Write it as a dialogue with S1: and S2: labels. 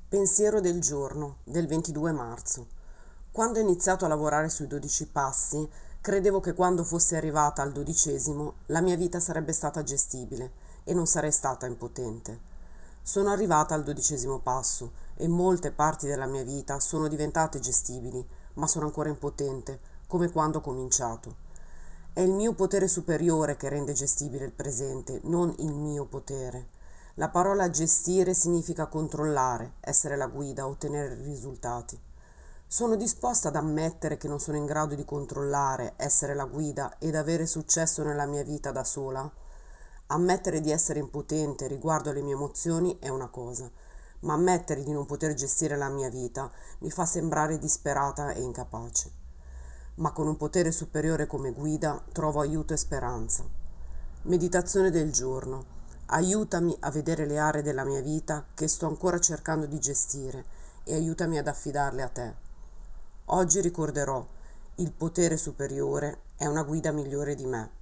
S1: Pensiero del giorno del 22 marzo. Quando ho iniziato a lavorare sui 12 passi, credevo che quando fossi arrivata al 12° la mia vita sarebbe stata gestibile e non sarei stata impotente. Sono arrivata al 12° passo e molte parti della mia vita sono diventate gestibili, ma sono ancora impotente, come quando ho cominciato. È il mio potere superiore che rende gestibile il presente, non il mio potere. La parola gestire significa controllare, essere la guida, ottenere risultati. Sono disposta ad ammettere che non sono in grado di controllare, essere la guida ed avere successo nella mia vita da sola? Ammettere di essere impotente riguardo alle mie emozioni è una cosa, ma ammettere di non poter gestire la mia vita mi fa sembrare disperata e incapace. Ma con un potere superiore come guida trovo aiuto e speranza. Meditazione del giorno. Aiutami a vedere le aree della mia vita che sto ancora cercando di gestire e aiutami ad affidarle a te. Oggi ricorderò, il potere superiore è una guida migliore di me.